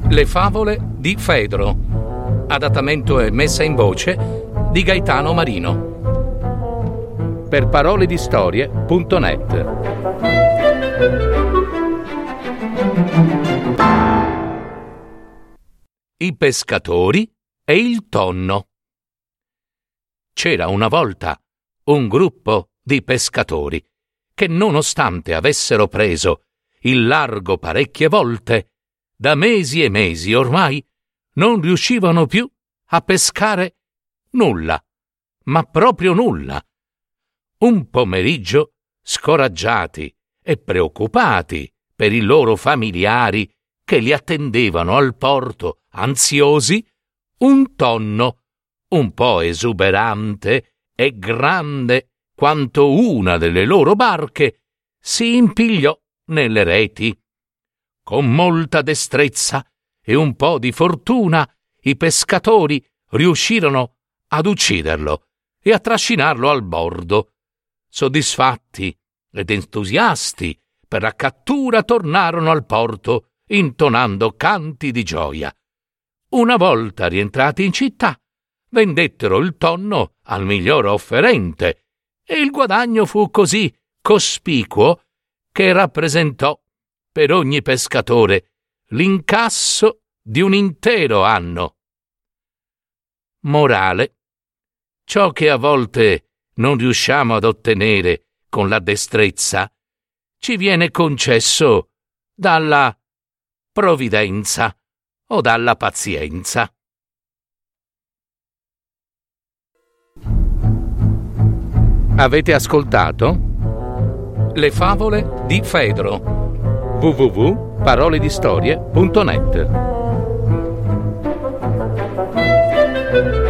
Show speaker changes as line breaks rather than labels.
Le favole di Fedro. Adattamento e messa in voce di Gaetano Marino. Per paroledistorie.net. I pescatori e il tonno. C'era una volta un gruppo di pescatori che, nonostante avessero preso il largo parecchie volte, da mesi e mesi ormai non riuscivano più a pescare nulla, ma proprio nulla. Un pomeriggio, scoraggiati e preoccupati per i loro familiari che li attendevano al porto, ansiosi, un tonno, un po' esuberante e grande quanto una delle loro barche, si impigliò nelle reti. Con molta destrezza e un po' di fortuna i pescatori riuscirono ad ucciderlo e a trascinarlo al bordo. Soddisfatti ed entusiasti per la cattura, tornarono al porto intonando canti di gioia. Una volta rientrati in città, vendettero il tonno al miglior offerente e il guadagno fu così cospicuo che rappresentò per ogni pescatore l'incasso di un intero anno. Morale: ciò che a volte non riusciamo ad ottenere con la destrezza ci viene concesso dalla provvidenza o dalla pazienza. Avete ascoltato Le favole di Fedro. www.paroledistorie.net